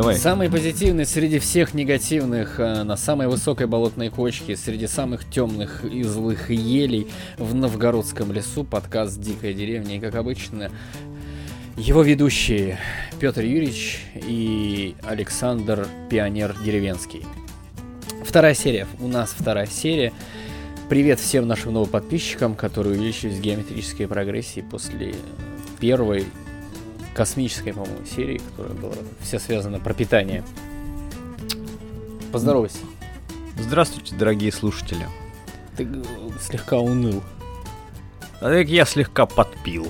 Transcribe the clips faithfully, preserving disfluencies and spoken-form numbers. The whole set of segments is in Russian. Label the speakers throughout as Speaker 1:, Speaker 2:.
Speaker 1: давай.
Speaker 2: Самый позитивный среди всех негативных, на самой высокой болотной кочке, среди самых темных и злых елей в Новгородском лесу, подкаст «Дикая деревня». И, как обычно, его ведущие Петр Юрьевич и Александр Пионер Деревенский. Вторая серия. У нас вторая серия. Привет всем нашим новым подписчикам, которые увеличились в геометрической прогрессии после первой космической, по-моему, серии, которая была вся связана про питание. Поздоровайся.
Speaker 1: Здравствуйте, дорогие слушатели.
Speaker 2: Ты слегка уныл.
Speaker 1: А я слегка подпил.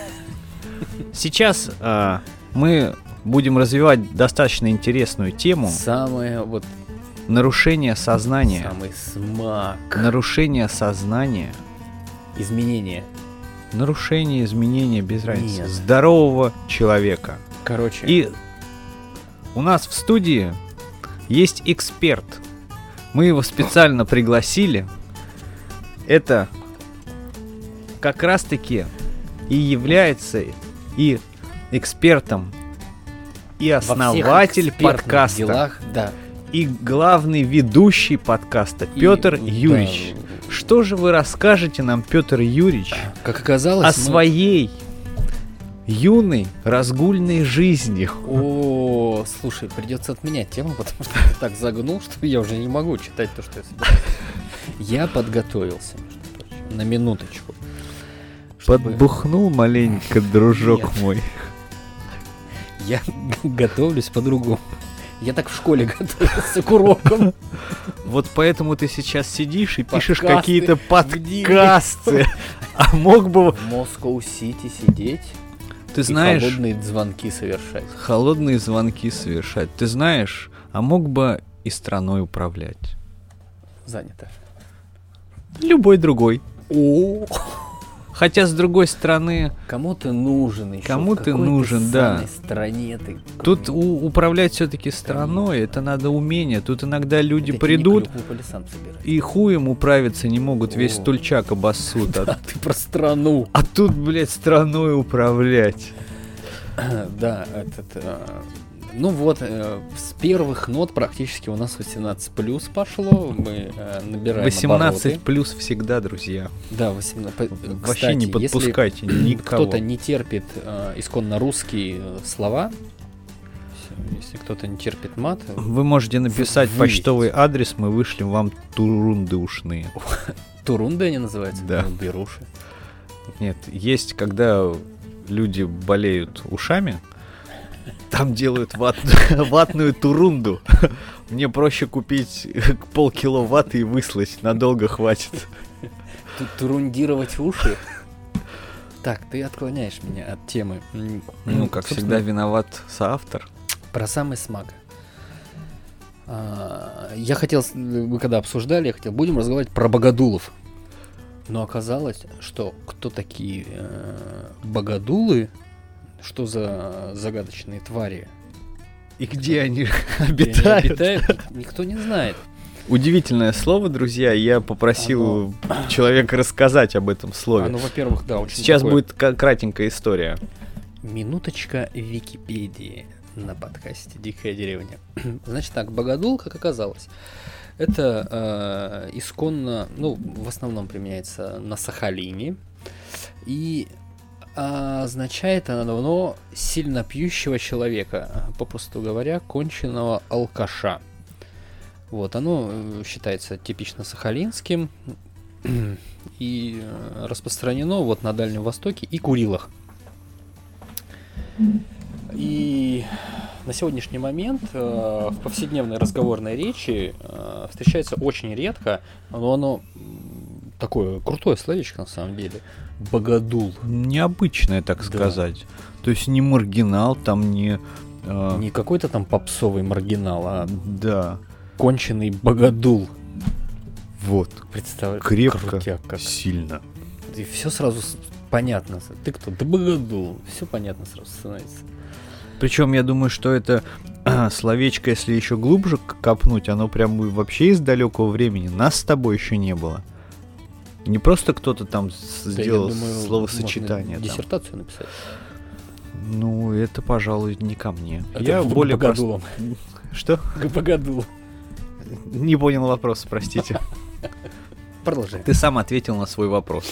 Speaker 1: Сейчас а, мы будем развивать достаточно интересную тему.
Speaker 2: Самое вот...
Speaker 1: Нарушение сознания.
Speaker 2: Самый смак.
Speaker 1: Нарушение сознания.
Speaker 2: Изменения.
Speaker 1: Нарушение, изменения, без разницы.
Speaker 2: Нет.
Speaker 1: Здорового человека.
Speaker 2: Короче.
Speaker 1: И у нас в студии есть эксперт. Мы его специально пригласили. Это как раз-таки и является и экспертом, и основатель подкаста.
Speaker 2: Делах, да.
Speaker 1: И главный ведущий подкаста Петр и, Юрьевич. Да. Что же вы расскажете нам, Петр Юрьевич,
Speaker 2: как оказалось,
Speaker 1: о мы... своей юной разгульной жизни?
Speaker 2: О, слушай, придется отменять тему, потому что ты так загнул, что я уже не могу читать то, что я собираюсь. Я подготовился, между прочим, на минуточку.
Speaker 1: Чтобы... Подбухнул маленько, дружок Нет. мой.
Speaker 2: Я готовлюсь по-другому. Я так в школе готовился к урокам.
Speaker 1: Вот поэтому ты сейчас сидишь и
Speaker 2: подкасты,
Speaker 1: пишешь какие-то подкасты. А мог бы...
Speaker 2: В Москоу-Сити сидеть
Speaker 1: ты
Speaker 2: и
Speaker 1: знаешь,
Speaker 2: холодные звонки совершать.
Speaker 1: Холодные звонки совершать. Ты знаешь, а мог бы и страной управлять.
Speaker 2: Занято.
Speaker 1: Любой другой.
Speaker 2: О.
Speaker 1: Хотя, с другой стороны...
Speaker 2: Кому ты нужен еще?
Speaker 1: Кому ты нужен, да.
Speaker 2: Стране ты...
Speaker 1: Тут у, управлять все-таки страной, это надо умение. Тут иногда люди это придут и хуем управиться не могут, О. весь стульчак обоссут.
Speaker 2: Да, ты про страну.
Speaker 1: А тут, блядь, страной управлять.
Speaker 2: Да, этот... Ну вот, э, с первых нот практически у нас восемнадцать плюс пошло, мы э, набираем
Speaker 1: восемнадцать плюс всегда, друзья.
Speaker 2: Да, восемнадцать.
Speaker 1: Вообще кстати, не подпускайте
Speaker 2: если
Speaker 1: никого.
Speaker 2: Кто-то не терпит э, исконно русские слова, если кто-то не терпит мат...
Speaker 1: Вы можете написать
Speaker 2: вы...
Speaker 1: почтовый адрес, мы вышлем вам турунды ушные.
Speaker 2: Турунды они называются?
Speaker 1: Да.
Speaker 2: Беруши.
Speaker 1: Нет, есть, когда люди болеют ушами, там делают ват... ватную турунду. Мне проще купить полкило ваты и выслать, надолго хватит.
Speaker 2: Тут турундировать уши? Так, ты отклоняешь меня от темы.
Speaker 1: Ну, как всегда, виноват соавтор.
Speaker 2: Про самый смак. А, я хотел, мы когда обсуждали, я хотел, будем разговаривать про богодулов. Но оказалось, что кто такие э, богодулы, что за загадочные твари?
Speaker 1: И где они обитают?
Speaker 2: Где они обитают, никто не знает.
Speaker 1: Удивительное слово, друзья. Я попросил Оно... человека рассказать об этом слове.
Speaker 2: А, ну, во-первых, да, очень
Speaker 1: Сейчас
Speaker 2: такое...
Speaker 1: будет кратенькая история.
Speaker 2: Минуточка Википедии на подкасте «Дикая деревня». Значит так, богодул, как оказалось, это э, исконно, ну, в основном применяется на Сахалине. И означает оно давно сильно пьющего человека, попросту говоря, конченного алкаша. Вот, оно считается типично сахалинским и распространено вот на Дальнем Востоке и Курилах. И на сегодняшний момент э, в повседневной разговорной речи э, встречается очень редко, но оно такое крутое словечко на самом деле. Богодул.
Speaker 1: Необычное, так да. сказать. То есть не маргинал, там не...
Speaker 2: Э... Не какой-то там попсовый маргинал, а...
Speaker 1: Да.
Speaker 2: Конченый богодул.
Speaker 1: Вот.
Speaker 2: Представляешь?
Speaker 1: Крепко, как. Сильно.
Speaker 2: И все сразу понятно. Ты кто? Да богодул. Все понятно сразу становится.
Speaker 1: Причем я думаю, что это а, словечко, если еще глубже копнуть, оно прям вообще из далекого времени. Нас с тобой еще не было. Не просто кто-то там да, сделал думаю, словосочетание.
Speaker 2: Диссертацию написать.
Speaker 1: Ну, это, пожалуй, не ко мне.
Speaker 2: Это
Speaker 1: Я
Speaker 2: к
Speaker 1: более
Speaker 2: Богодулам.
Speaker 1: прост- Что?
Speaker 2: К Богодулу.
Speaker 1: Не понял вопрос, простите.
Speaker 2: Продолжай.
Speaker 1: Ты сам ответил на свой вопрос.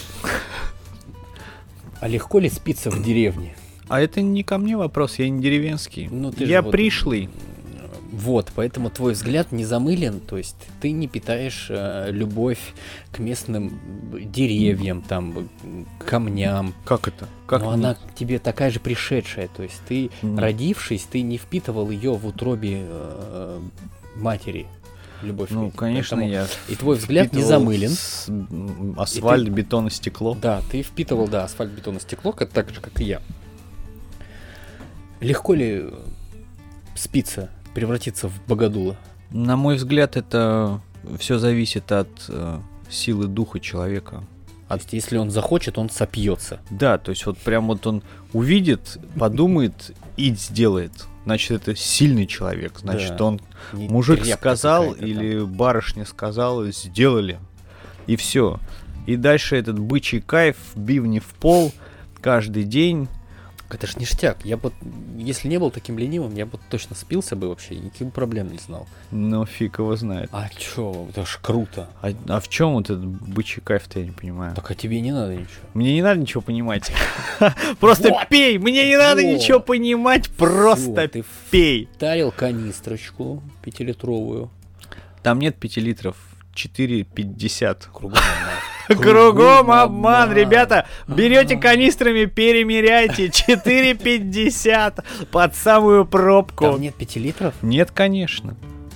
Speaker 2: А легко ли спиться в деревне?
Speaker 1: А это не ко мне вопрос, я не деревенский.
Speaker 2: Ну, ты же
Speaker 1: Я
Speaker 2: вот-
Speaker 1: пришлый.
Speaker 2: Вот, поэтому твой взгляд не замылен, то есть ты не питаешь э, любовь к местным деревьям, там, к камням.
Speaker 1: Как это? Как
Speaker 2: Но
Speaker 1: нет?
Speaker 2: она к тебе такая же пришедшая, то есть ты,
Speaker 1: Нет.
Speaker 2: родившись, ты не впитывал ее в утробе э, матери. Любовь.
Speaker 1: Ну,
Speaker 2: к ней.
Speaker 1: конечно,
Speaker 2: Поэтому
Speaker 1: я
Speaker 2: И твой взгляд не
Speaker 1: впитывал
Speaker 2: замылен.
Speaker 1: с- м, асфальт,
Speaker 2: И
Speaker 1: бетон и стекло.
Speaker 2: Да, ты впитывал, да, асфальт, бетон и стекло, как, так же, как и я. Легко ли э, спиться, превратиться в богодула?
Speaker 1: На мой взгляд, это все зависит от э, силы духа человека.
Speaker 2: То есть, если он захочет, он сопьется.
Speaker 1: Да, то есть вот прям вот он увидит, подумает и сделает. Значит, это сильный человек. Значит,
Speaker 2: Да.
Speaker 1: он
Speaker 2: Не
Speaker 1: мужик
Speaker 2: тряпка
Speaker 1: сказал
Speaker 2: какая-то там.
Speaker 1: или барышня сказала, сделали. И все. И дальше этот бычий кайф, бивни в пол, каждый день.
Speaker 2: Это ж ништяк. Я бы, если не был таким ленивым, я бы точно спился бы вообще, и никаких проблем не знал.
Speaker 1: Ну, фиг его знает.
Speaker 2: А чё, это ж круто.
Speaker 1: А, а в чем вот этот бычий кайф-то, я не понимаю.
Speaker 2: Так а тебе не надо ничего.
Speaker 1: Мне не надо ничего понимать. Просто
Speaker 2: Вот.
Speaker 1: пей! Мне не надо
Speaker 2: Вот.
Speaker 1: ничего понимать, просто
Speaker 2: Всё, ты
Speaker 1: пей!
Speaker 2: втарил канистрочку пятилитровую.
Speaker 1: Там нет пяти литров, четыре пятьдесят.
Speaker 2: Кругом обман.
Speaker 1: Кругом обман, ребята. Берете
Speaker 2: Ага.
Speaker 1: канистрами, перемеряйте. четыре пятьдесят под самую пробку.
Speaker 2: Там нет пяти литров?
Speaker 1: Нет, конечно.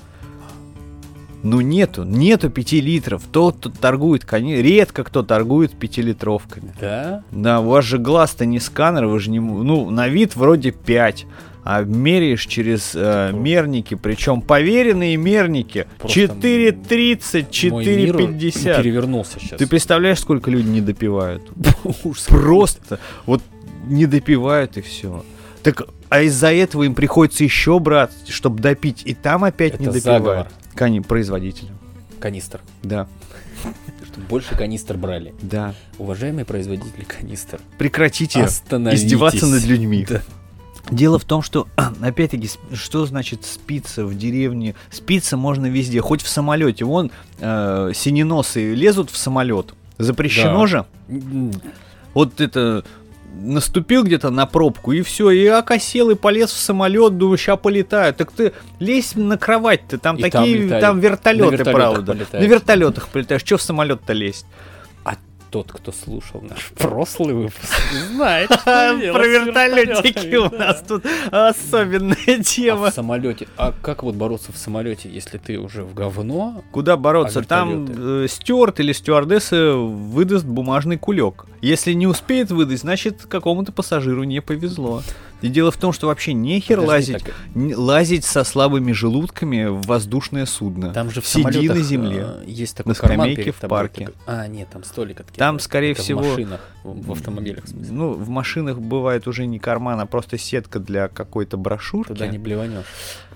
Speaker 1: Ну нету, нету пяти литров. Тот, кто торгует, кони... редко кто торгует пятилитровками.
Speaker 2: Да?
Speaker 1: Да, у вас же глаз-то не сканер, вы же не... м- Ну, на вид вроде пять, а меряешь через э,
Speaker 2: Просто-
Speaker 1: мерники, причем поверенные мерники.
Speaker 2: Просто
Speaker 1: четыре тридцать,
Speaker 2: Мой
Speaker 1: четыре
Speaker 2: мир
Speaker 1: пятьдесят.
Speaker 2: перевернулся сейчас.
Speaker 1: Ты представляешь, сколько люди не допивают?
Speaker 2: Ужас.
Speaker 1: Просто вот не допивают и все. Так, а из-за этого им приходится еще брать, чтобы допить, и там опять не
Speaker 2: Это
Speaker 1: допивают.
Speaker 2: заговор.
Speaker 1: Кони, производители.
Speaker 2: Канистр.
Speaker 1: Да,
Speaker 2: Чтобы больше канистр брали.
Speaker 1: да.
Speaker 2: Уважаемые производители канистр,
Speaker 1: Прекратите
Speaker 2: остановитесь.
Speaker 1: издеваться над людьми.
Speaker 2: Да.
Speaker 1: Дело в том, что, опять-таки, с- что значит спиться в деревне? Спиться можно везде, хоть в самолете. Вон э, синеносы лезут в самолет. Запрещено
Speaker 2: Да.
Speaker 1: же.
Speaker 2: М,
Speaker 1: Вот это наступил где-то на пробку, и все, и окосел, и полез в самолет, думаю, ща полетаю. Так ты лезь на кровать-то, там
Speaker 2: И
Speaker 1: такие,
Speaker 2: там
Speaker 1: там,
Speaker 2: летают. На
Speaker 1: вертолеты,
Speaker 2: вертолетах
Speaker 1: правда.
Speaker 2: полетаешь.
Speaker 1: На вертолетах полетаешь, что в самолет-то лезть?
Speaker 2: А тот, кто слушал наш прошлый выпуск, знает, что делать
Speaker 1: Про
Speaker 2: с
Speaker 1: вертолетики у
Speaker 2: вертолетами,
Speaker 1: нас
Speaker 2: да.
Speaker 1: тут особенная
Speaker 2: А
Speaker 1: тема.
Speaker 2: в самолете. А как вот бороться в самолете, если ты уже в говно?
Speaker 1: Куда бороться?
Speaker 2: А
Speaker 1: Там
Speaker 2: вертолеты?
Speaker 1: э, стюард или стюардесса выдаст бумажный кулек. Если не успеет выдать, значит какому-то пассажиру не повезло. И дело в том, что вообще нехер
Speaker 2: Подожди,
Speaker 1: лазить,
Speaker 2: так,
Speaker 1: н- лазить со слабыми желудками в воздушное судно.
Speaker 2: Там же в
Speaker 1: Сиди
Speaker 2: самолетах
Speaker 1: на земле.
Speaker 2: э, есть такой
Speaker 1: на
Speaker 2: карман
Speaker 1: скамейке
Speaker 2: перед
Speaker 1: в
Speaker 2: тобой,
Speaker 1: парке.
Speaker 2: такой- А, нет, там столик откидывается.
Speaker 1: Там, скорее
Speaker 2: Это
Speaker 1: всего,
Speaker 2: в машинах, в в автомобилях, в смысле.
Speaker 1: Ну, в машинах бывает уже не карман, а просто сетка для какой-то брошюрки.
Speaker 2: Туда не блеванешь.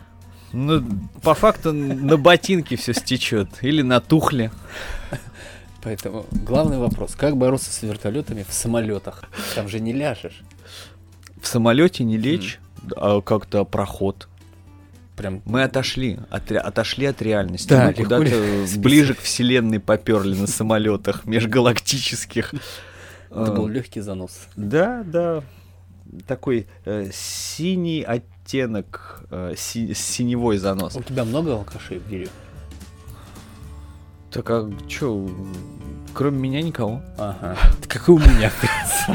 Speaker 1: Ну, по факту на ботинке все стечет. Или на тухле.
Speaker 2: Поэтому главный вопрос: как бороться с вертолетами в самолетах? Там же не ляжешь.
Speaker 1: В самолете не лечь, а как-то проход.
Speaker 2: Прям
Speaker 1: Мы отошли, от, ре- отошли от реальности.
Speaker 2: Да,
Speaker 1: Мы
Speaker 2: легко
Speaker 1: куда-то
Speaker 2: ли списать?
Speaker 1: ближе к вселенной поперли на самолетах межгалактических.
Speaker 2: это
Speaker 1: А,
Speaker 2: был легкий занос.
Speaker 1: Да, да. Такой э, синий оттенок, э, си- синевой занос.
Speaker 2: У тебя много алкашей в деревне?
Speaker 1: Так а чё, кроме меня никого.
Speaker 2: Ага. Как и у меня, в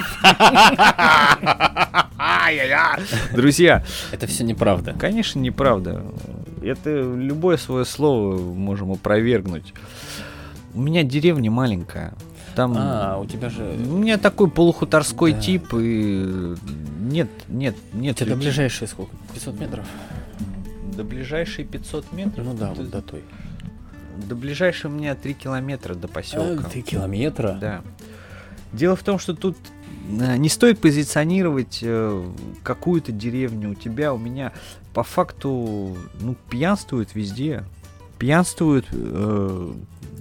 Speaker 2: принципе.
Speaker 1: Друзья,
Speaker 2: Это все неправда.
Speaker 1: конечно, неправда. Это любое свое слово можем опровергнуть. У меня деревня маленькая. Там
Speaker 2: А, у тебя же...
Speaker 1: у меня такой полухуторской
Speaker 2: Да.
Speaker 1: тип, и нет, нет,
Speaker 2: У
Speaker 1: нет.
Speaker 2: тебя до
Speaker 1: людей.
Speaker 2: ближайшей сколько? пятьсот метров?
Speaker 1: До ближайшей пятьсот метров?
Speaker 2: Ну да,
Speaker 1: Ты-
Speaker 2: вот до той.
Speaker 1: До ближайшей у меня три километра до поселка.
Speaker 2: А, Три километра?
Speaker 1: Да. Дело в том, что тут э, не стоит позиционировать э, какую-то деревню. У тебя, у меня по факту, ну, пьянствуют везде. Пьянствуют э,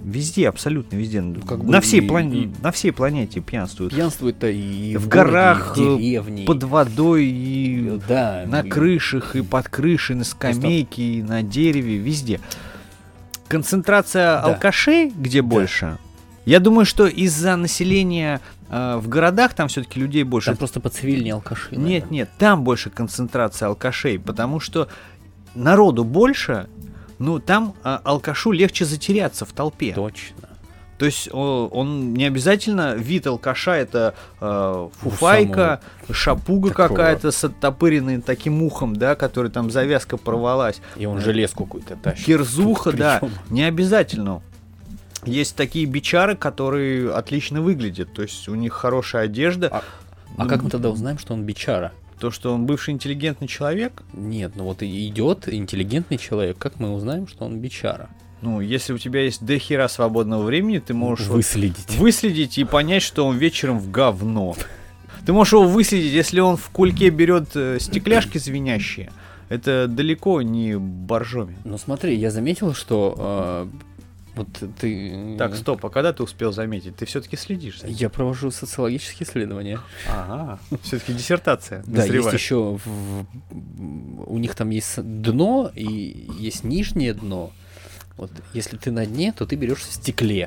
Speaker 1: Везде, абсолютно везде.
Speaker 2: как бы
Speaker 1: на, всей
Speaker 2: и-
Speaker 1: плане-
Speaker 2: и-
Speaker 1: на всей планете пьянствуют.
Speaker 2: Пьянствует-то и
Speaker 1: В
Speaker 2: в
Speaker 1: горах,
Speaker 2: городе, и в деревне.
Speaker 1: Под водой, и
Speaker 2: Да.
Speaker 1: на
Speaker 2: и-
Speaker 1: крышах, и под крышей, на скамейке, и на дереве, везде. Концентрация
Speaker 2: Да.
Speaker 1: алкашей где больше? Я думаю, что из-за населения э, в городах там все-таки людей больше.
Speaker 2: Там просто поцивильнее алкаши.
Speaker 1: Нет,
Speaker 2: наверное.
Speaker 1: нет, там больше концентрация алкашей, потому что народу больше, ну там а, алкашу легче затеряться в толпе.
Speaker 2: Точно.
Speaker 1: То есть о, он не обязательно вид алкаша это э, фуфайка, шапуга
Speaker 2: такого.
Speaker 1: какая-то с оттопыренным таким ухом, да, который там завязка порвалась.
Speaker 2: И он железку какую-то тащит.
Speaker 1: Кирзуха, да,
Speaker 2: Причём-
Speaker 1: не обязательно. Есть такие бичары, которые отлично выглядят, то есть у них хорошая одежда.
Speaker 2: А- А как мы тогда узнаем, что он бичара?
Speaker 1: То, что он бывший интеллигентный человек,
Speaker 2: Нет, ну вот и идет интеллигентный человек, как мы узнаем, что он бичара?
Speaker 1: ну, если у тебя есть до хера свободного времени, ты можешь вот
Speaker 2: Выследить.
Speaker 1: выследить и понять, что он вечером в говно. Ты можешь его выследить, если он в кульке берет э, стекляшки звенящие. Это далеко не боржоми.
Speaker 2: Ну смотри, я заметил, что э, вот ты...
Speaker 1: Так, стоп, а когда ты успел заметить? Ты все-таки следишь за ним?
Speaker 2: Я провожу социологические исследования.
Speaker 1: Ага, все-таки диссертация.
Speaker 2: Да, есть
Speaker 1: назревает.
Speaker 2: еще в- у них там есть дно и есть нижнее дно. Вот если ты на дне, то ты берешь в стекле.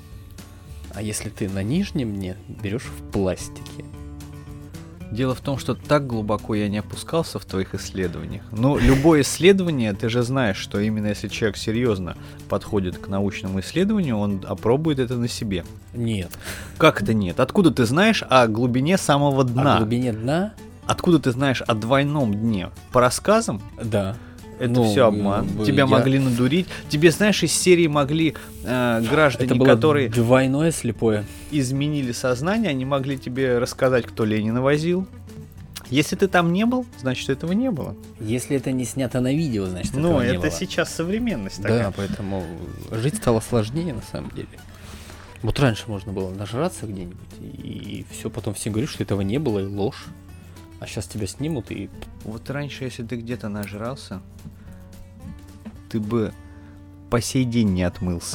Speaker 2: А если ты на нижнем дне, берешь в пластике.
Speaker 1: Дело в том, что так глубоко я не опускался в твоих исследованиях. Но любое исследование, ты же знаешь, что именно если человек серьезно подходит к научному исследованию, он опробует это на себе.
Speaker 2: Нет.
Speaker 1: Как это нет? Откуда ты знаешь о глубине самого
Speaker 2: А
Speaker 1: дна?
Speaker 2: в глубине дна,
Speaker 1: Откуда ты знаешь о двойном дне? По рассказам?
Speaker 2: да.
Speaker 1: Это
Speaker 2: Ну,
Speaker 1: все обман.
Speaker 2: э,
Speaker 1: Тебя
Speaker 2: я-
Speaker 1: могли надурить. Тебе, знаешь, из серии могли э, граждане,
Speaker 2: Это было
Speaker 1: которые
Speaker 2: двойное слепое.
Speaker 1: изменили сознание, они могли тебе рассказать, кто Ленина возил. Если ты там не был, значит, этого не было.
Speaker 2: Если это не снято на видео, значит,
Speaker 1: Ну,
Speaker 2: этого не
Speaker 1: это
Speaker 2: было.
Speaker 1: сейчас современность
Speaker 2: Да,
Speaker 1: такая.
Speaker 2: поэтому жить стало сложнее на самом деле. Вот раньше можно было нажраться где-нибудь, и все, потом все говорят, что этого не было, и ложь. А сейчас тебя снимут, и
Speaker 1: Вот раньше, если ты где-то нажрался, ты бы по сей день не отмылся.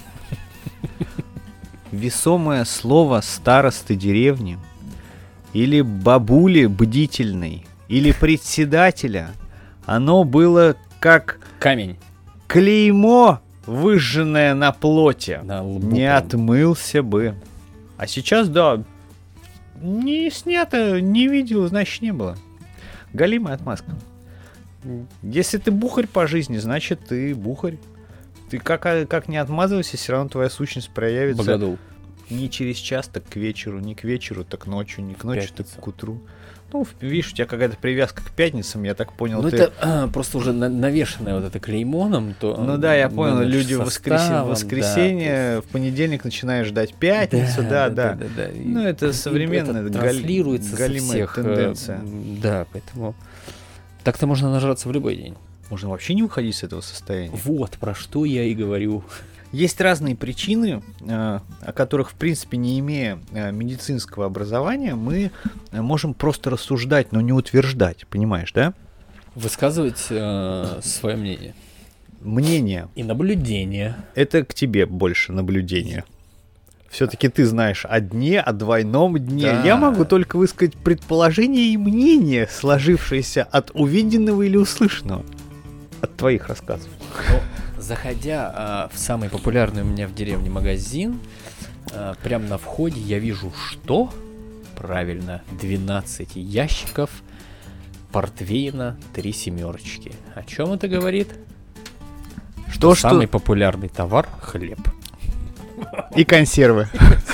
Speaker 1: Весомое слово старосты деревни или бабули бдительной, или председателя, оно было как
Speaker 2: камень
Speaker 1: клеймо, выжженное на плоти.
Speaker 2: на лбу.
Speaker 1: Не
Speaker 2: прям.
Speaker 1: отмылся бы. А сейчас, да, не снято, не видел, значит, не было. Галимая отмазка. Если ты бухарь по жизни, значит, ты бухарь. Ты как, как не отмазывайся, все равно твоя сущность проявится
Speaker 2: Богодул.
Speaker 1: не через час, так к вечеру, не к вечеру, так ночью, не к ночи, так
Speaker 2: Пятница.
Speaker 1: к утру. Ну, в- видишь, у тебя какая-то привязка к пятницам, я так понял.
Speaker 2: Ну
Speaker 1: ты...
Speaker 2: это а, просто уже на- навешенное вот это клеймоном, то...
Speaker 1: Ну да, я понял,
Speaker 2: номер
Speaker 1: люди в воскресе-
Speaker 2: составом,
Speaker 1: в воскресенье, в понедельник начинаешь ждать пятницу, да, да.
Speaker 2: да. И-
Speaker 1: Ну, это
Speaker 2: и
Speaker 1: современная
Speaker 2: это
Speaker 1: гал-
Speaker 2: транслируется со
Speaker 1: галимая
Speaker 2: всех, э,
Speaker 1: тенденция.
Speaker 2: м, Да, поэтому... Так-то можно нажраться в любой день.
Speaker 1: Можно вообще не выходить с этого состояния.
Speaker 2: Вот, про что я и говорю.
Speaker 1: Есть разные причины, э, о которых, в принципе, не имея э, медицинского образования, мы э, можем просто рассуждать, но не утверждать, понимаешь, да?
Speaker 2: Высказывать э, свое мнение.
Speaker 1: Мнение.
Speaker 2: И наблюдение.
Speaker 1: Это к тебе больше наблюдение. Все-таки ты знаешь о дне, о двойном дне.
Speaker 2: Да.
Speaker 1: Я могу только высказать предположение и мнение, сложившееся от увиденного или услышанного. От твоих рассказов.
Speaker 2: Но, заходя а, в самый популярный у меня в деревне магазин, а, прямо на входе я вижу, что? Правильно, двенадцать ящиков портвейна три семерочки. О чем это говорит?
Speaker 1: Что, что?
Speaker 2: Самый популярный товар — хлеб.
Speaker 1: И консервы.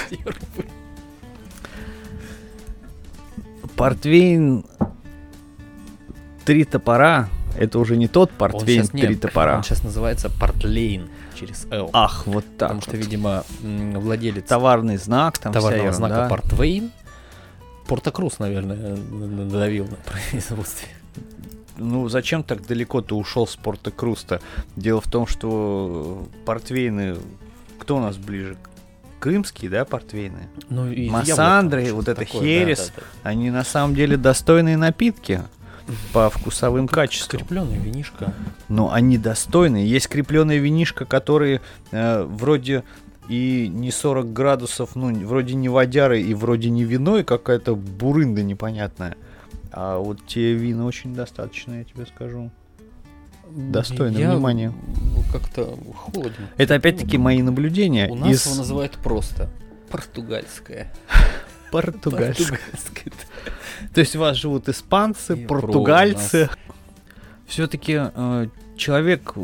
Speaker 1: Портвейн «Три топора» — это уже не тот
Speaker 2: Он
Speaker 1: портвейн
Speaker 2: щас не-
Speaker 1: «Три топора».
Speaker 2: Он сейчас называется портлейн через L.
Speaker 1: Ах, вот так.
Speaker 2: потому что,
Speaker 1: вот.
Speaker 2: видимо, м, владелец
Speaker 1: Товарный знак, там
Speaker 2: товарного
Speaker 1: вся
Speaker 2: знака
Speaker 1: ерунда.
Speaker 2: Портвейн Портокрус, наверное, надавил на производстве.
Speaker 1: Ну, зачем так далеко ты ушел с Порто Круста? Дело в том, что портвейны... Кто у нас ближе? Крымские, да, портвейны?
Speaker 2: Ну, и
Speaker 1: Массандры,
Speaker 2: яблоко,
Speaker 1: вот
Speaker 2: что-то
Speaker 1: это
Speaker 2: такое,
Speaker 1: херес.
Speaker 2: да, да, да.
Speaker 1: Они на самом деле достойные напитки. по вкусовым качествам.
Speaker 2: Крепленное винишко.
Speaker 1: Но они достойные. Есть крепленные винишко, которые э, вроде и не сорок градусов, ну, вроде не водяры и вроде не вино, и какая-то бурында непонятная. А вот те вина очень достаточно, я тебе скажу. Достойно
Speaker 2: Я
Speaker 1: внимания.
Speaker 2: Как-то холодно.
Speaker 1: Это опять-таки мои наблюдения.
Speaker 2: У нас
Speaker 1: из...
Speaker 2: его называют просто португальское.
Speaker 1: Португальское. То есть у вас живут испанцы, и португальцы. Все-таки э, человек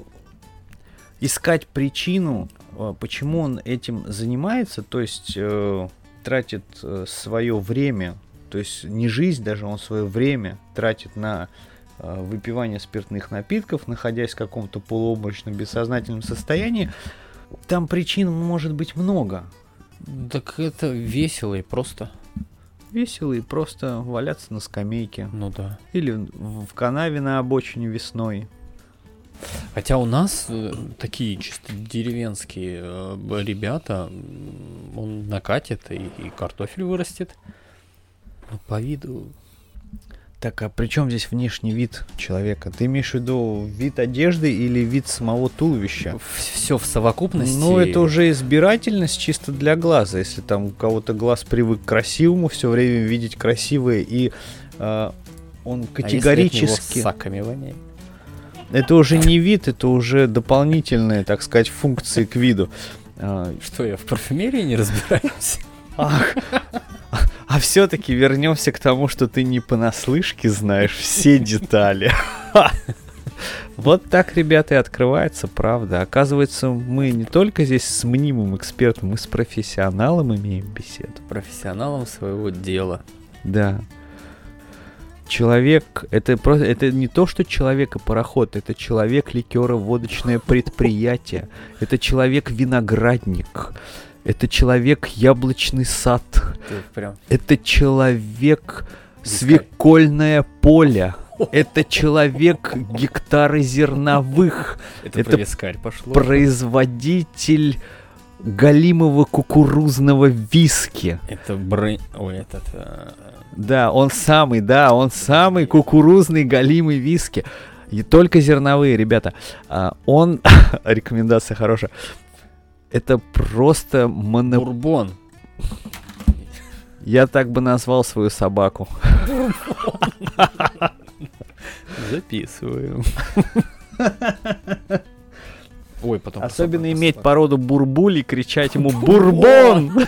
Speaker 1: искать причину, э, почему он этим занимается, то есть э, тратит э, свое время, то есть не жизнь даже, он свое время тратит на э, выпивание спиртных напитков, находясь в каком-то полуобморочном бессознательном состоянии. Там причин может быть много.
Speaker 2: Так это весело и просто.
Speaker 1: Весело и просто валяться на скамейке.
Speaker 2: Ну да.
Speaker 1: Или в канаве на обочине весной.
Speaker 2: Хотя у нас э, такие чисто деревенские э, ребята, он накатит и, и картофель вырастет. По виду.
Speaker 1: Так, а при чем здесь внешний вид человека? Ты имеешь в виду вид одежды или вид самого туловища?
Speaker 2: Все в совокупности.
Speaker 1: Ну, это уже избирательность чисто для глаза. Если там у кого-то глаз привык к красивому, все время видеть красивое, и э, он категорически... А если от него
Speaker 2: саками воняет?
Speaker 1: Это уже не вид, это уже дополнительные, так сказать, функции к виду.
Speaker 2: Что, я в парфюмерии не разбираюсь?
Speaker 1: Ах... А все-таки вернемся к тому, что ты не понаслышке знаешь все детали. Вот так, ребята, и открывается правда. Оказывается, мы не только здесь с мнимым экспертом, мы с профессионалом имеем беседу.
Speaker 2: Профессионалом своего дела.
Speaker 1: Да. Человек, это, просто, это не то, что человек-пароход, это человек-ликероводочное предприятие, это человек-виноградник. Это человек яблочный сад.
Speaker 2: Прям...
Speaker 1: Это человек свекольное поле. Это человек гектары зерновых.
Speaker 2: Это,
Speaker 1: это
Speaker 2: вискарь пошло.
Speaker 1: Производитель галимого кукурузного виски.
Speaker 2: Это бры... Ой, этот...
Speaker 1: Да, он самый, да, он самый кукурузный галимый виски. И только зерновые, ребята. Он... Рекомендация хорошая. Это просто моно...
Speaker 2: Бурбон.
Speaker 1: Я так бы назвал свою собаку.
Speaker 2: Записываем. Ой, потом.
Speaker 1: Особенно иметь породу бурбуль и кричать ему «Бурбон!».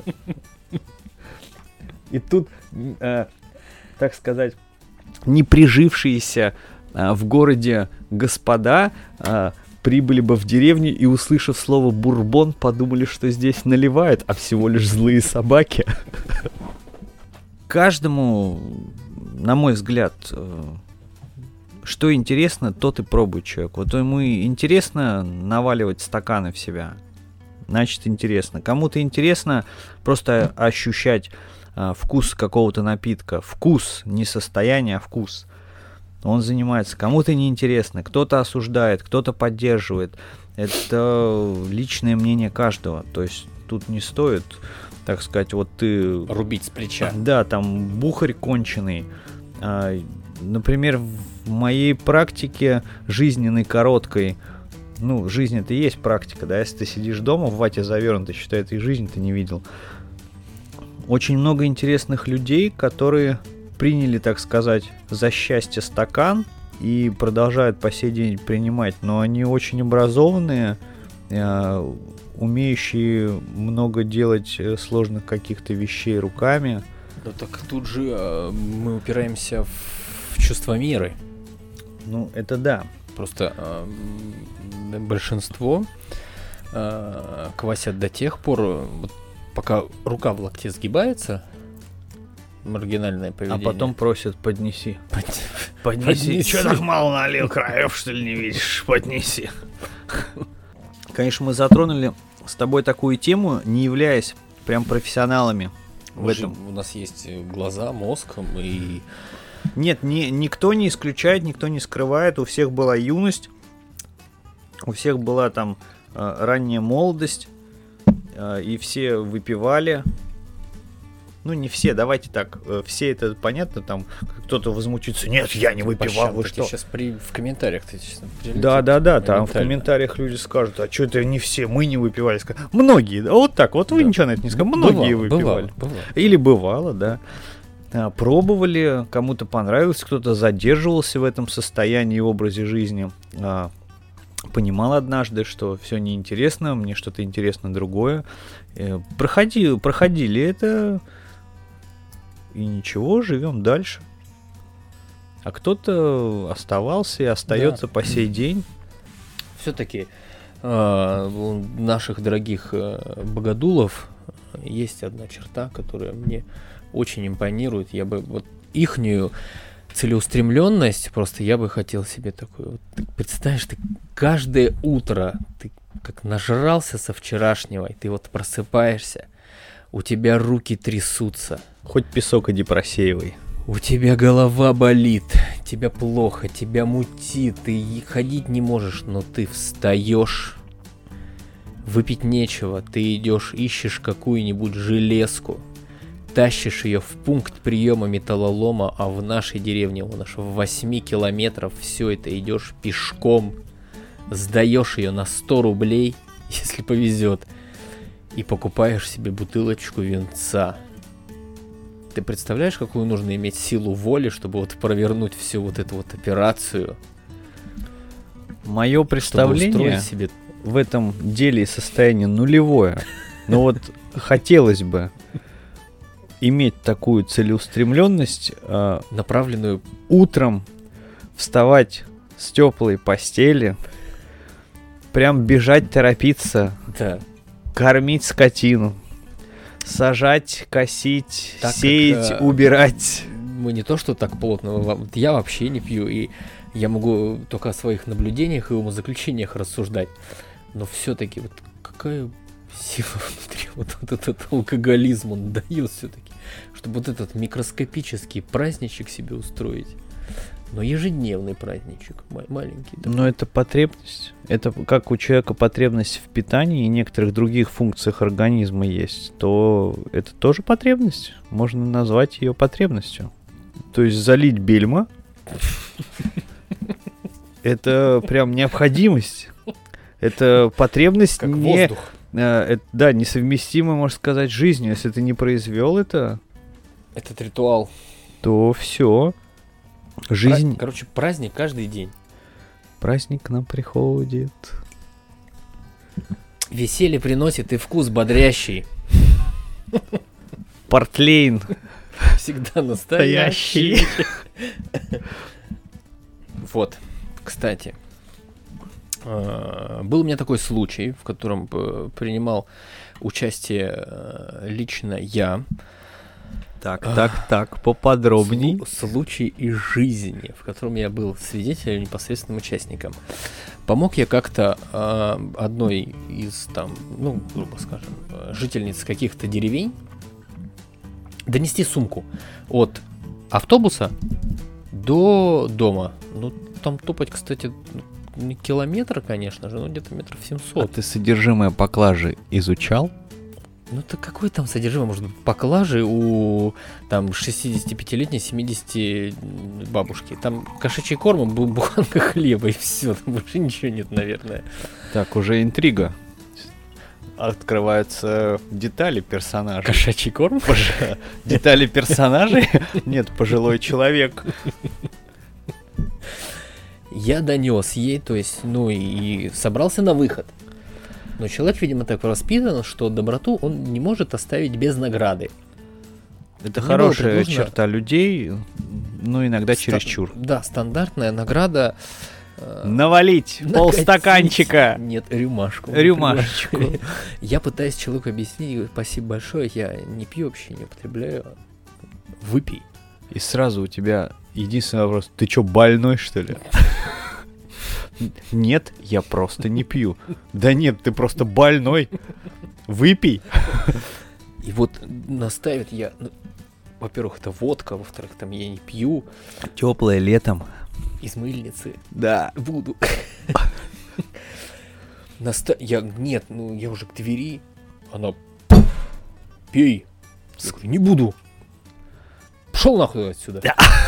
Speaker 1: И тут, э, так сказать, не прижившиеся э, в городе господа э, прибыли бы в деревню и, услышав слово «бурбон», подумали, что здесь наливают, а всего лишь злые собаки. Каждому, на мой взгляд, что интересно, тот и пробует человек. Вот ему интересно наваливать стаканы в себя, значит интересно. Кому-то интересно просто ощущать вкус какого-то напитка. Вкус, не состояние, а вкус. Он занимается. Кому-то неинтересно, кто-то осуждает, кто-то поддерживает. Это личное мнение каждого. То есть тут не стоит, так сказать, вот ты...
Speaker 2: Рубить с плеча.
Speaker 1: Да, там бухарь конченый. А, например, в моей практике жизненной короткой, ну, жизнь это и есть практика, да, если ты сидишь дома в вате завернутый, считай, ты жизнь ты не видел. Очень много интересных людей, которые... приняли, так сказать, за счастье стакан и продолжают по сей день принимать, но они очень образованные, э, умеющие много делать сложных каких-то вещей руками.
Speaker 2: Да так тут же э, мы упираемся в, в чувство меры.
Speaker 1: Ну, это да.
Speaker 2: Просто э, большинство э, квасят до тех пор, вот, пока рука в локте сгибается, маргинальное поведение.
Speaker 1: А потом просят поднеси.
Speaker 2: Под...
Speaker 1: Поднеси.
Speaker 2: Поднеси.
Speaker 1: Че так мало налил, краев что ли не видишь? Поднеси. Конечно, мы затронули с тобой такую тему, не являясь прям профессионалами в этом.
Speaker 2: У нас есть глаза, мозг и...
Speaker 1: Нет, ни, никто не исключает, никто не скрывает. У всех была юность, у всех была там э, ранняя молодость, э, и все выпивали. ну не все, давайте так, э, все это понятно, там кто-то возмутится, нет, я не выпивал, вы что?
Speaker 2: Сейчас при, в комментариях ты сейчас
Speaker 1: Да, да, да, там в комментариях люди скажут, а что это не все, мы не выпивали. Многие, да, вот так, вот вы да. ничего на это не сказали, многие бывало, выпивали. Бывало, бывало. Или бывало, да. А, пробовали, кому-то понравилось, кто-то задерживался в этом состоянии и образе жизни. А, понимал однажды, что все неинтересно, мне что-то интересно другое. Э, проходи, проходили это, и ничего, живем дальше. А кто-то оставался и остается да. по сей день.
Speaker 2: Все-таки э, у наших дорогих э, богодулов есть одна черта, которая мне очень импонирует. Я бы вот ихнюю целеустремленность, просто я бы хотел себе такую. Вот, ты представляешь, ты каждое утро, ты как нажрался со вчерашнего, и ты вот просыпаешься, у тебя руки трясутся.
Speaker 1: Хоть песок иди просеивай.
Speaker 2: У тебя голова болит, тебя плохо, тебя мутит, ты ходить не можешь, но ты встаешь, выпить нечего, ты идешь, ищешь какую-нибудь железку, тащишь ее в пункт приема металлолома, а в нашей деревне, у нас в восьми километров все это идешь пешком, сдаешь ее на сто рублей, если повезет, и покупаешь себе бутылочку винца. Ты представляешь, какую нужно иметь силу воли, чтобы вот провернуть всю вот эту вот операцию?
Speaker 1: Мое представление себе... в этом деле и состояние нулевое. Но вот хотелось бы иметь такую целеустремленность, э,
Speaker 2: направленную
Speaker 1: утром вставать с теплой постели, прям бежать, торопиться,
Speaker 2: да.
Speaker 1: кормить скотину. Сажать, косить, так сеять, как, убирать.
Speaker 2: Мы не то, что так плотно, я вообще не пью, и я могу только о своих наблюдениях и умозаключениях рассуждать. Но все-таки вот какая сила внутри, вот, вот этот алкоголизм он дает все-таки, чтобы вот этот микроскопический праздничек себе устроить. Но ежедневный праздничек, маленький. Такой.
Speaker 1: Но это потребность. Это как у человека потребность в питании и некоторых других функциях организма есть, то это тоже потребность. Можно назвать ее потребностью. То есть залить бельма — это прям необходимость. Это потребность
Speaker 2: как
Speaker 1: не...
Speaker 2: воздух.
Speaker 1: Э, да, несовместимая, можно сказать, с жизнью. Если ты не произвел это...
Speaker 2: Этот ритуал.
Speaker 1: То все. Жизнь...
Speaker 2: Пра- Короче, праздник каждый день.
Speaker 1: Праздник к нам приходит.
Speaker 2: Веселье приносит и вкус бодрящий.
Speaker 1: Портлейн.
Speaker 2: Всегда настоящий. Вот, кстати. Был у меня такой случай, в котором принимал участие лично я.
Speaker 1: Так, так, так, поподробней.
Speaker 2: Случай из жизни, в котором я был свидетелем, непосредственным участником. Помог я как-то э, одной из, там, ну, грубо скажем, жительниц каких-то деревень донести сумку от автобуса до дома. Ну, там топать, кстати, не километр, конечно же, но где-то метров семьсот.
Speaker 1: А ты содержимое поклажи изучал?
Speaker 2: Ну, так какое там содержимое может быть поклажи у там шестидесятипятилетней, семидесяти бабушки? Там кошачий корм, буханка хлеба и все, там больше ничего нет, наверное.
Speaker 1: Так, уже интрига. Открываются детали персонажей.
Speaker 2: Кошачий корм?
Speaker 1: Детали персонажей? Нет, пожилой человек.
Speaker 2: Я донес ей, то есть, ну и собрался на выход. Но человек, видимо, так воспитан, что доброту он не может оставить без награды.
Speaker 1: Это мне хорошая черта людей, но иногда Ста- чересчур.
Speaker 2: Да, стандартная награда.
Speaker 1: Э- Навалить полстаканчика.
Speaker 2: Нет, рюмашку.
Speaker 1: Рюмашечку.
Speaker 2: Я пытаюсь человеку объяснить, говорю, спасибо большое, я не пью вообще, не употребляю. Выпей.
Speaker 1: И сразу у тебя единственный вопрос: ты что, больной, что ли? Нет, я просто не пью. Да нет, ты просто больной. Выпей.
Speaker 2: И вот наставит я... Ну, во-первых, это водка, во-вторых, там я не пью.
Speaker 1: Теплое летом.
Speaker 2: Из мыльницы.
Speaker 1: Да.
Speaker 2: Буду. Наста... Я... Нет, ну я уже к двери. Она... Пей. Я говорю, не буду. Пошел нахуй отсюда.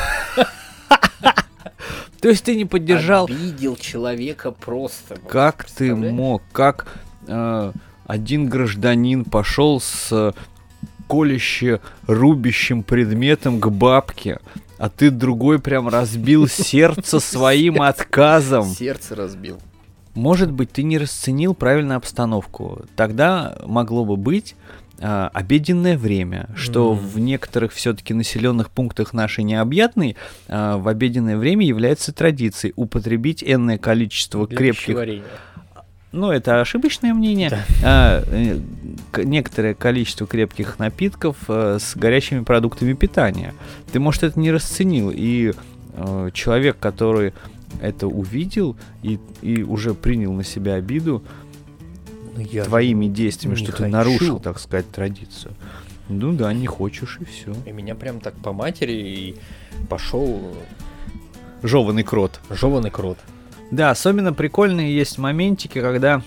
Speaker 1: То есть ты не поддержал...
Speaker 2: Обидел человека просто.
Speaker 1: Как ты мог, как э, один гражданин пошел с колюще-рубящим предметом к бабке, а ты другой прям разбил сердце своим отказом.
Speaker 2: Сердце разбил.
Speaker 1: Может быть, ты не расценил правильно обстановку. Тогда могло бы быть а, обеденное время, что mm. в некоторых все-таки населенных пунктах нашей необъятной а, в обеденное время является традицией употребить энное количество
Speaker 2: Для
Speaker 1: крепких...
Speaker 2: пищеварения.
Speaker 1: Ну, это ошибочное мнение.
Speaker 2: Да.
Speaker 1: А, э, к- некоторое количество крепких напитков э, с горячими продуктами питания. Ты, может, это не расценил, и э, человек, который это увидел и, и уже принял на себя обиду
Speaker 2: Ну, я
Speaker 1: твоими действиями,
Speaker 2: не
Speaker 1: что ты
Speaker 2: хочу.
Speaker 1: нарушил, так сказать, традицию. Ну да, не хочешь, и все.
Speaker 2: И меня прям так по матери и пошел
Speaker 1: Жеванный крот.
Speaker 2: жеванный крот.
Speaker 1: Да, особенно прикольные есть моментики, когда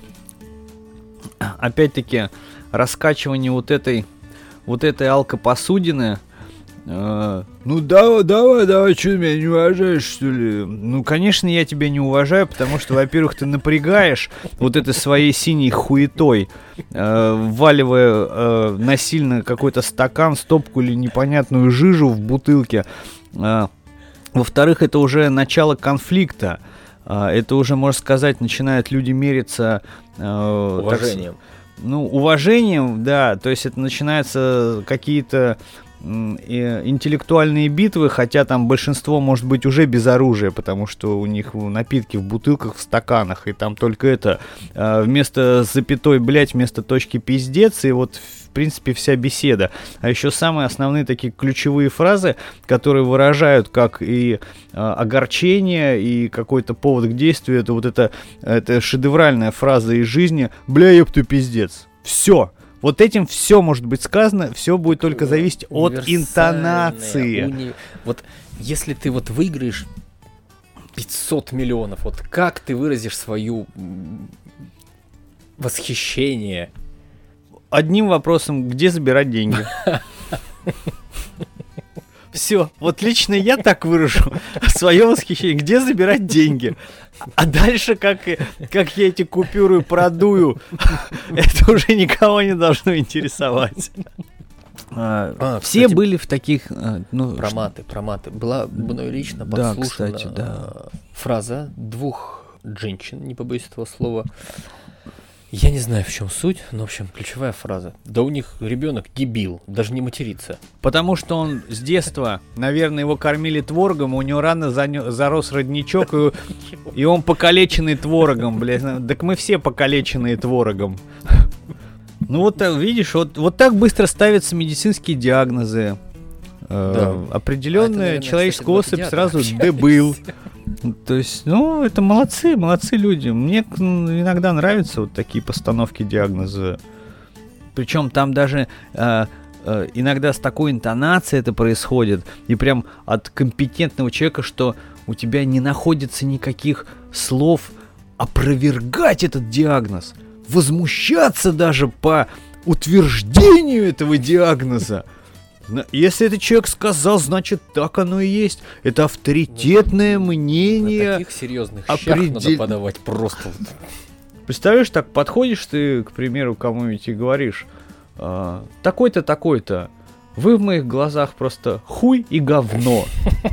Speaker 1: опять-таки раскачивание вот этой вот этой алкопосудины. э, ну давай, давай, давай, что ты меня не уважаешь, что ли? Ну, конечно, я тебя не уважаю, потому что, во-первых, ты напрягаешь вот этой своей синей хуетой, э, вваливая э, насильно какой-то стакан, стопку или непонятную жижу в бутылке. Э, во-вторых, это уже начало конфликта. Это уже, можно сказать, начинают люди мериться... Э,
Speaker 2: Уважением.
Speaker 1: Так, ну, уважением, да. То есть это начинаются какие-то м, э, интеллектуальные битвы, хотя там большинство может быть уже без оружия, потому что у них напитки в бутылках, в стаканах, и там только это э, вместо запятой, блять, вместо точки пиздец, и вот в принципе вся беседа. А еще самые основные такие ключевые фразы, которые выражают как и э, огорчение, и какой-то повод к действию, это вот это, это шедевральная фраза из жизни: бля, ёпту пиздец. Все. Вот этим все может быть сказано, все будет только зависеть от интонации.
Speaker 2: Уни... Вот если ты вот выиграешь пятьсот миллионов, вот как ты выразишь свою м, восхищение?
Speaker 1: Одним вопросом: где забирать деньги? Все, вот лично я так выражу свое восхищение: где забирать деньги? А дальше, как, как я эти купюры продую, это уже никого не должно интересовать. А,
Speaker 2: А,
Speaker 1: все
Speaker 2: кстати,
Speaker 1: были в таких... а, ну,
Speaker 2: Про
Speaker 1: ш-
Speaker 2: маты, про маты. Была мной лично
Speaker 1: Да,
Speaker 2: подслушана
Speaker 1: кстати, да.
Speaker 2: э, фраза двух женщин, не побоюсь этого слова. Я не знаю, в чем суть, но, в общем, ключевая фраза. Да у них ребенок дебил, даже не матерится.
Speaker 1: Потому что он с детства, наверное, его кормили творогом, у него рано занё- зарос родничок, и, и он покалеченный творогом, блядь. Так мы все покалеченные творогом. Ну вот так, видишь, вот, вот так быстро ставятся медицинские диагнозы. Э,
Speaker 2: Да.
Speaker 1: Определенная
Speaker 2: А это, наверное,
Speaker 1: человеческая
Speaker 2: кстати, два
Speaker 1: особь
Speaker 2: педиатра
Speaker 1: сразу
Speaker 2: общались.
Speaker 1: дебыл. То есть, ну, это молодцы, молодцы люди. Мне м, иногда нравятся вот такие постановки диагноза. Причем там даже э, э, иногда с такой интонацией это происходит, и прям от компетентного человека, что у тебя не находится никаких слов опровергать этот диагноз, возмущаться даже по утверждению этого диагноза. На- Если этот человек сказал, значит так оно и есть. Это авторитетное
Speaker 2: На
Speaker 1: мнение.
Speaker 2: таких серьезных щах надо
Speaker 1: определ-
Speaker 2: подавать просто. вот.
Speaker 1: Представляешь, так подходишь ты, к примеру, к кому-нибудь и говоришь: «А, такой-то, такой-то, вы в моих глазах просто хуй и говно».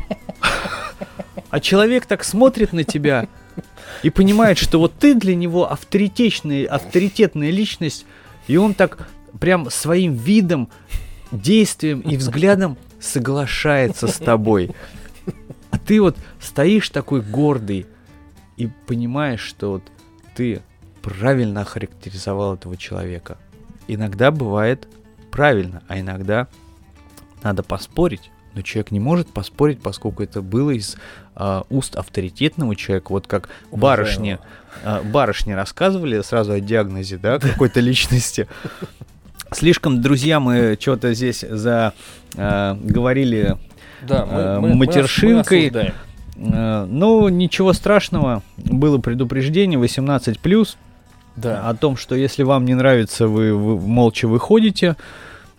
Speaker 1: А человек так смотрит на тебя и понимает, что вот ты для него авторитетная, авторитетная личность, и он так прям своим видом, действием и взглядом соглашается с тобой. А ты вот стоишь такой гордый и понимаешь, что вот ты правильно охарактеризовал этого человека. Иногда бывает правильно, а иногда надо поспорить. Но человек не может поспорить, поскольку это было из а, уст авторитетного человека. Вот как барышни, а, барышни рассказывали сразу о диагнозе, да, какой-то личности. Слишком, друзья, мы что-то здесь за а, говорили
Speaker 2: Да,
Speaker 1: э,
Speaker 2: мы, мы,
Speaker 1: матершинкой.
Speaker 2: мы осуждаем.
Speaker 1: Э, Ну, ничего страшного. Было предупреждение восемнадцать плюс
Speaker 2: Да.
Speaker 1: о том, что если вам не нравится, вы, вы молча выходите.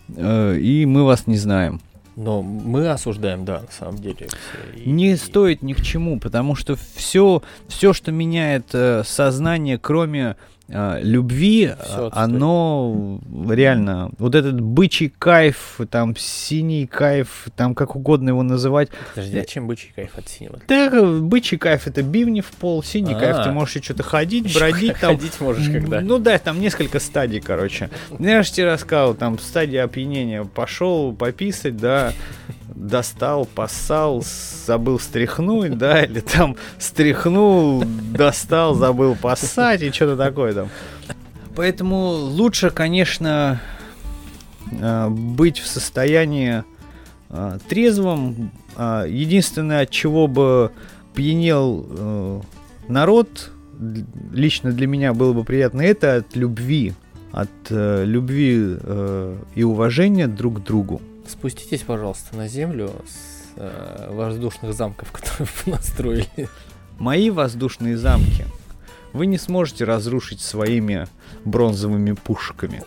Speaker 1: э, и мы вас не знаем.
Speaker 2: Но мы осуждаем, да, на самом деле. И,
Speaker 1: не
Speaker 2: и...
Speaker 1: стоит ни к чему, потому что все, все что меняет э, сознание, кроме э, любви,
Speaker 2: Всё
Speaker 1: оно реально, вот этот бычий кайф, там синий кайф, там как угодно его называть.
Speaker 2: Подожди, а чем бычий кайф от синего?
Speaker 1: Да, бычий кайф — это бивни в пол, синий
Speaker 2: А-а-а.
Speaker 1: кайф — ты можешь еще что-то ходить, бродить там.
Speaker 2: Ходить можешь когда?
Speaker 1: Ну да, там несколько стадий, короче. Я же тебе рассказывал, там стадия опьянения. Пошел пописать, да, достал, поссал, забыл стряхнуть, да, или там стряхнул, достал, забыл поссать и что-то такое там. Поэтому лучше, конечно, быть в состоянии трезвом. Единственное, от чего бы пьянел народ, лично для меня было бы приятно, это от любви. От э, любви э, и уважения друг к другу.
Speaker 2: Спуститесь, пожалуйста, на землю с э, воздушных замков, которые вы настроили.
Speaker 1: Мои воздушные замки вы не сможете разрушить своими бронзовыми пушками.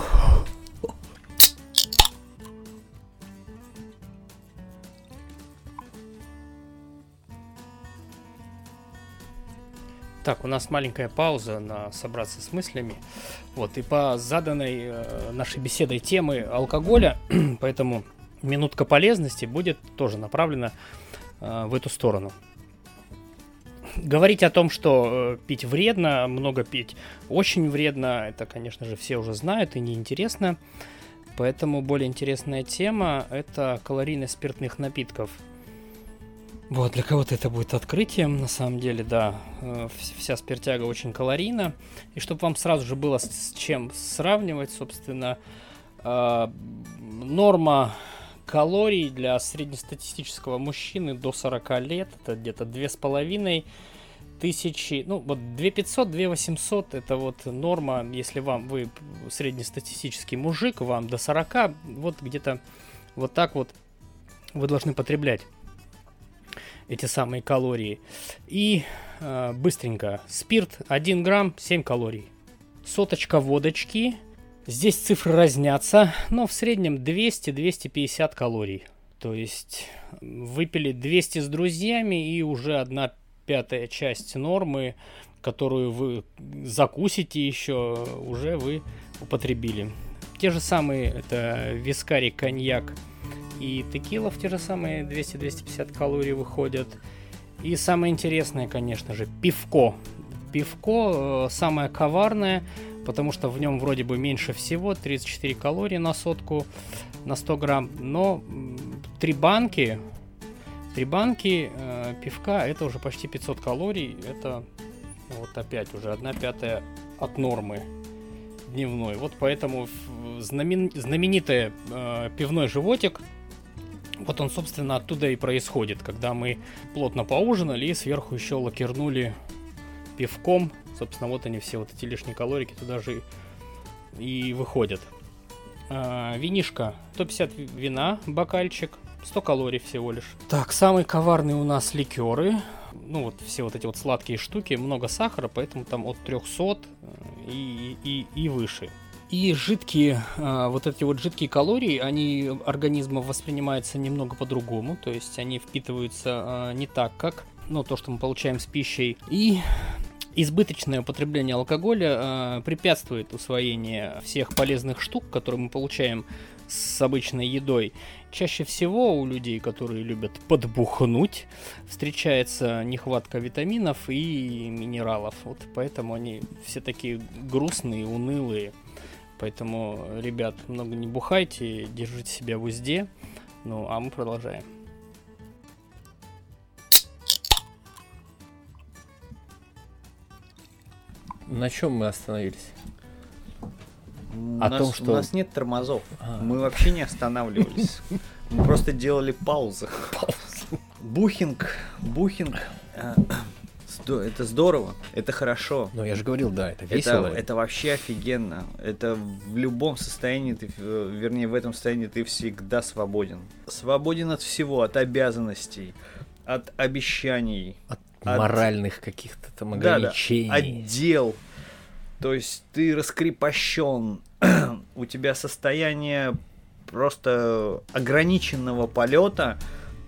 Speaker 3: Так, у нас маленькая пауза на собраться с мыслями. Вот, и по заданной э, нашей беседой темы алкоголя, поэтому минутка полезности будет тоже направлена э, в эту сторону. Говорить о том, что э, пить вредно, много пить очень вредно, это, конечно же, все уже знают и неинтересно. Поэтому более интересная тема – это калорийность спиртных напитков. Вот, для кого-то это будет открытием, на самом деле, да, вся спиртяга очень калорийна, и чтобы вам сразу же было с чем сравнивать, собственно, норма калорий для среднестатистического мужчины до сорока лет, это где-то две с половиной тысячи, ну, вот две тысячи пятьсот - две тысячи восемьсот, это вот норма, если вам, вы среднестатистический мужик, вам до сорока, вот где-то вот так вот вы должны потреблять эти самые калории. И э, быстренько. Спирт один грамм, семь калорий. Соточка водочки. Здесь цифры разнятся, но в среднем двести - двести пятьдесят калорий. То есть выпили двести с друзьями, и уже одна пятая часть нормы, которую вы закусите еще, уже вы употребили. Те же самые, это вискарий, коньяк и текила в те же самые двести - двести пятьдесят калорий выходят. И самое интересное, конечно же, пивко. Пивко э, самое коварное, потому что в нем вроде бы меньше всего, тридцать четыре калории на сотку, на сто грамм. Но три банки, три банки э, пивка, это уже почти пятьсот калорий. Это вот опять уже одна пятая от нормы дневной. Вот поэтому знамен... знаменитый э, пивной животик, вот он, собственно, оттуда и происходит, когда мы плотно поужинали и сверху еще лакернули пивком. Собственно, вот они все, вот эти лишние калорики туда же и выходят. А, винишко, сто пятьдесят вина, бокальчик, сто калорий всего лишь. Так, самые коварные у нас ликеры. Ну, вот все вот эти вот сладкие штуки, много сахара, поэтому там от трехсот и, и, и выше. И жидкие, а, вот эти вот жидкие калории, они организмом воспринимаются немного по-другому, то есть они впитываются а, не так, как, ну, то, что мы получаем с пищей. И избыточное употребление алкоголя а, препятствует усвоению всех полезных штук, которые мы получаем с обычной едой. Чаще всего у людей, которые любят подбухнуть, встречается нехватка витаминов и минералов. Вот поэтому они все такие грустные, унылые. Поэтому, ребят, много не бухайте, держите себя в узде. Ну, а мы продолжаем.
Speaker 2: На чем мы остановились?
Speaker 1: У
Speaker 2: О
Speaker 1: нас,
Speaker 2: том, что...
Speaker 1: у нас нет тормозов.
Speaker 2: А.
Speaker 1: Мы вообще не останавливались. Мы просто делали паузы. Бухинг, бухинг. э, здо- Это здорово, это хорошо.
Speaker 2: Ну, я же говорил, да, это
Speaker 1: Это,
Speaker 2: весело.
Speaker 1: это вообще офигенно. Это в любом состоянии, ты, э, вернее, в этом состоянии ты всегда свободен. Свободен от всего, от обязанностей, от обещаний,
Speaker 2: От
Speaker 1: от-
Speaker 2: моральных каких-то там
Speaker 1: да, да,
Speaker 2: ограничений.
Speaker 1: отдел. То есть ты раскрепощен, у тебя состояние просто ограниченного полета,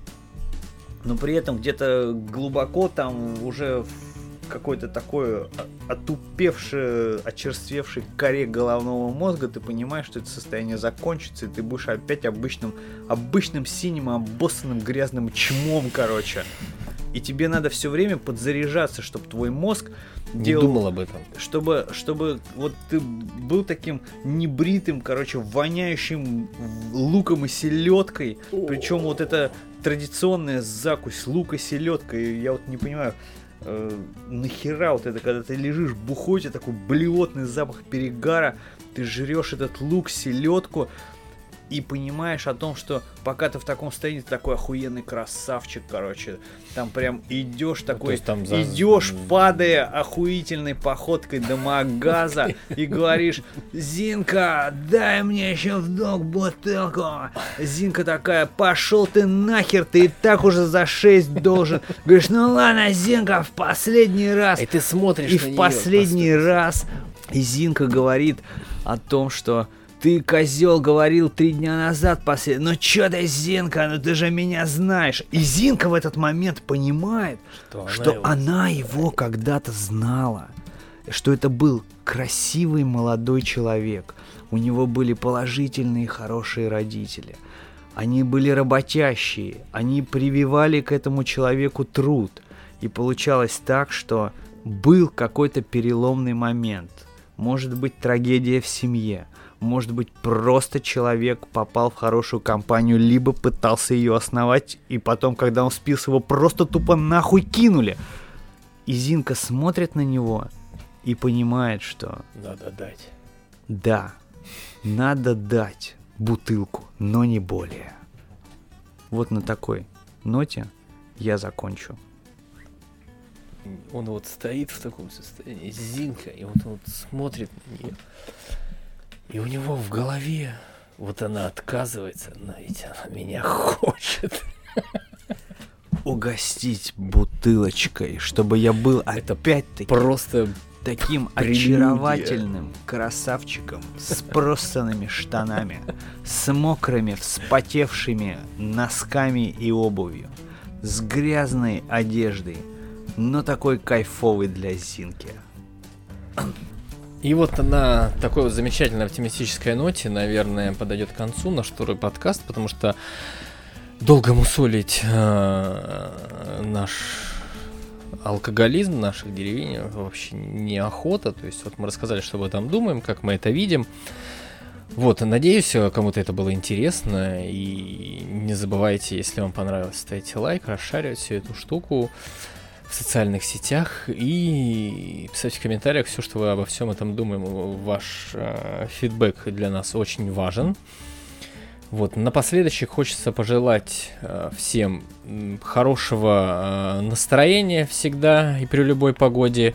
Speaker 1: но при этом где-то глубоко там уже в какой-то такой отупевший, очерствевший коре головного мозга, ты понимаешь, что это состояние закончится, и ты будешь опять обычным, обычным синим, обоссанным грязным чмом, короче. И тебе надо все время подзаряжаться, чтобы твой мозг
Speaker 2: не
Speaker 1: делал,
Speaker 2: думал об этом.
Speaker 1: Чтобы, чтобы вот ты был таким небритым, короче, воняющим луком и селедкой. Причем вот это традиционная закусь лука селедка. Я вот не понимаю, э, нахера вот это, когда ты лежишь бухой, у тебя такой блевотный запах перегара, ты жрешь этот лук, селедку. И понимаешь о том, что пока ты в таком состоянии, ты такой охуенный красавчик, короче. Там прям идешь такой, ну, там за... идешь, падая охуительной походкой до магаза и говоришь: Зинка, дай мне еще вдох бутылку. Зинка такая: пошел ты нахер, ты и так уже за шесть должен. Говоришь: ну ладно, Зинка, в последний раз.
Speaker 2: И ты смотришь
Speaker 1: и
Speaker 2: на
Speaker 1: в
Speaker 2: нее,
Speaker 1: последний просто... раз. И Зинка говорит о том, что: ты, козел, говорил три дня назад последний. Ну чё ты, Зинка, ну ты же меня знаешь. И Зинка в этот момент понимает, что, что она, его... она его когда-то знала. Что это был красивый молодой человек. У него были положительные хорошие родители. Они были работящие. Они прививали к этому человеку труд. И получалось так, что был какой-то переломный момент. Может быть, трагедия в семье. Может быть, просто человек попал в хорошую компанию, либо пытался ее основать, и потом, когда он спился, его просто тупо нахуй кинули. И Зинка смотрит на него и понимает, что...
Speaker 2: Надо дать.
Speaker 1: Да, надо дать бутылку, но не более. Вот на такой ноте я закончу.
Speaker 2: Он вот стоит в таком состоянии, Зинка, и вот он вот смотрит на нее. И у него в голове вот она отказывается, но ведь она меня хочет.
Speaker 1: Угостить бутылочкой, чтобы я был опять-таки
Speaker 2: просто
Speaker 1: таким очаровательным красавчиком с просанными штанами, с мокрыми, вспотевшими носками и обувью, с грязной одеждой, но такой кайфовый для Зинки.
Speaker 2: И вот на такой вот замечательной оптимистической ноте, наверное, подойдет к концу наш второй подкаст, потому что долго мусолить э, наш алкоголизм наших деревень вообще неохота. То есть вот мы рассказали, что об этом думаем, как мы это видим. Вот, надеюсь, кому-то это было интересно. И не забывайте, если вам понравилось, ставьте лайк, расшаривать всю эту штуку в социальных сетях и писать в комментариях все, что вы обо всем этом думаете. Ваш э, фидбэк для нас очень важен. Вот, напоследок хочется пожелать э, всем хорошего э, настроения всегда и при любой погоде.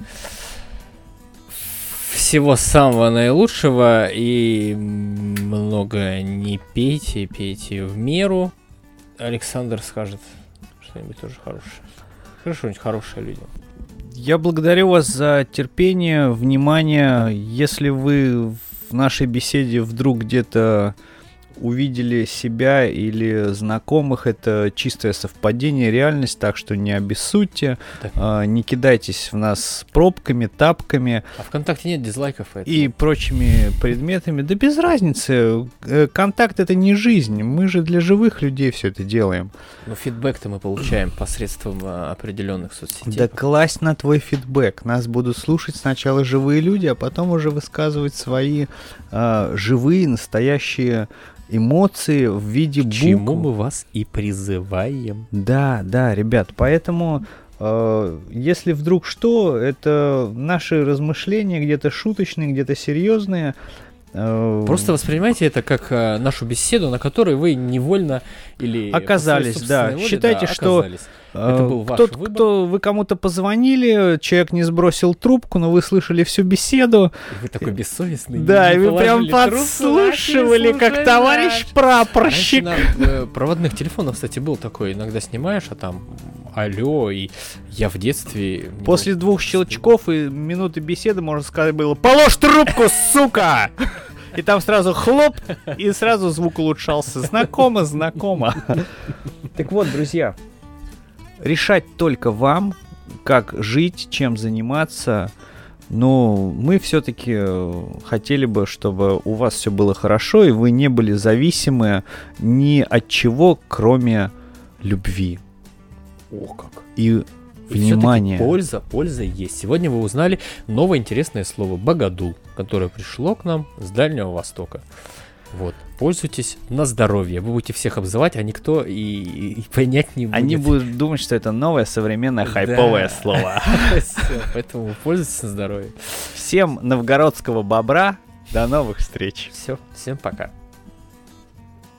Speaker 2: Всего самого наилучшего и много не пейте, пейте в меру. Александр скажет что-нибудь тоже хорошее. Скажи что-нибудь хорошее людям.
Speaker 1: Я благодарю вас за терпение, внимание. Если вы в нашей беседе вдруг где-то увидели себя или знакомых, это чистое совпадение, реальность, так что не обессудьте, э, не кидайтесь в нас пробками, тапками.
Speaker 2: А ВКонтакте нет дизлайков? Поэтому...
Speaker 1: И прочими предметами. Да без разницы. Контакт — это не жизнь. Мы же для живых людей все это делаем.
Speaker 2: Но фидбэк-то мы получаем посредством а, определенных соцсетей.
Speaker 1: Да класть на твой фидбэк. Нас будут слушать сначала живые люди, а потом уже высказывать свои э, живые, настоящие эмоции в виде букв. К
Speaker 2: чему мы вас и призываем.
Speaker 1: Да, да, ребят, поэтому э, если вдруг что, это наши размышления где-то шуточные, где-то серьезные. Э,
Speaker 2: Просто воспринимайте это как э, нашу беседу, на которой вы невольно или
Speaker 1: оказались, да.
Speaker 2: воле,
Speaker 1: Считайте,
Speaker 2: да,
Speaker 1: что
Speaker 2: оказались. Это был ваш
Speaker 1: кто,
Speaker 2: выбор.
Speaker 1: Кто, вы кому-то позвонили, человек не сбросил трубку, но вы слышали всю беседу.
Speaker 2: И вы такой бессовестный.
Speaker 1: Да, и вы прям подслушивали, трубку, как товарищ прапорщик.
Speaker 2: На э, проводных телефонов, кстати, был такой, иногда снимаешь, а там алло, и я в детстве...
Speaker 1: После двух щелчков и минуты беседы, можно сказать, было: положь трубку, сука! И там сразу хлоп, и сразу звук улучшался. Знакомо, знакомо. Так вот, друзья, решать только вам, как жить, чем заниматься. Но мы все-таки хотели бы, чтобы у вас все было хорошо, и вы не были зависимы ни от чего, кроме любви.
Speaker 2: О, как.
Speaker 1: И
Speaker 2: И
Speaker 1: внимание.
Speaker 2: всё-таки польза, польза есть. Сегодня вы узнали новое интересное слово «богодул», которое пришло к нам с Дальнего Востока. Вот, пользуйтесь на здоровье. Вы будете всех обзывать, а никто и, и понять не будет.
Speaker 1: Они будут думать, что это новое, современное, хайповое
Speaker 2: Да.
Speaker 1: слово.
Speaker 2: Всё, поэтому пользуйтесь на здоровье.
Speaker 1: Всем новгородского бобра. До новых встреч.
Speaker 2: Все, всем пока.